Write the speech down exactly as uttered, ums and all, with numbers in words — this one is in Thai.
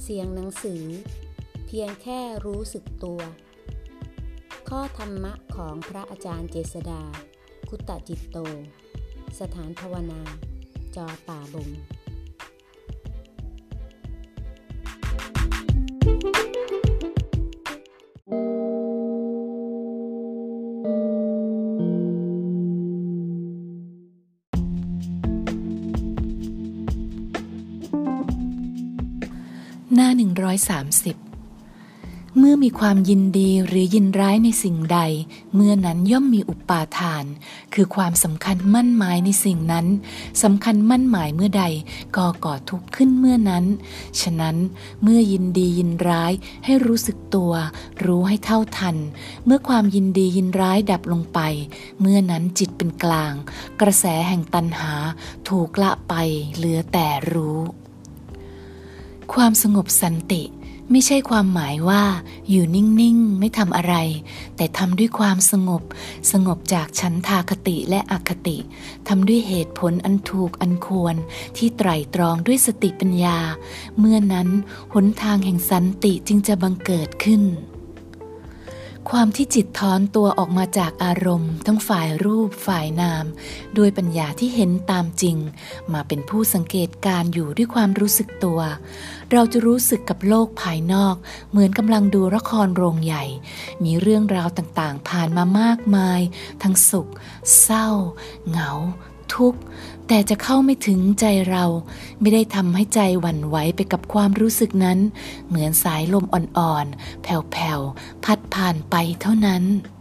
สียงหนังสือเพียงแค่รู้สึกตัวข้อธรรมะของพระอาจารย์เจษฎาคุตจิตโตสถานภาวนาจอป่าบงหน้าหนึ่งร้อยสามสิบเมื่อมีความยินดีหรือยินร้ายในสิ่งใดเมื่อนั้นย่อมมีอุปาทานคือความสำคัญมั่นหมายในสิ่งนั้นสำคัญมั่นหมายเมื่อใดก็ก่อทุกข์ขึ้นเมื่อนั้นฉะนั้นเมื่อยินดียินร้ายให้รู้สึกตัวรู้ให้เท่าทันเมื่อความยินดียินร้ายดับลงไปเมื่อนั้นจิตเป็นกลางกระแสแห่งตัณหาถูกละไปเหลือแต่รู้ความสงบสันติไม่ใช่ความหมายว่าอยู่นิ่งๆไม่ทำอะไรแต่ทำด้วยความสงบสงบจากฉันทาคติและอคติทำด้วยเหตุผลอันถูกอันควรที่ไตร่ตรองด้วยสติปัญญาเมื่อนั้นหนทางแห่งสันติจึงจะบังเกิดขึ้นความที่จิตถอนตัวออกมาจากอารมณ์ทั้งฝ่ายรูปฝ่ายนามด้วยปัญญาที่เห็นตามจริงมาเป็นผู้สังเกตการอยู่ด้วยความรู้สึกตัวเราจะรู้สึกกับโลกภายนอกเหมือนกำลังดูละครโรงใหญ่มีเรื่องราวต่างๆผ่านมามากมายทั้งสุขเศร้าเหงาทุกข์แต่จะเข้าไม่ถึงใจเราไม่ได้ทำให้ใจหวั่นไหวไปกับความรู้สึกนั้นเหมือนสายลมอ่อนๆแผ่วๆพัดผ่านไปเท่านั้น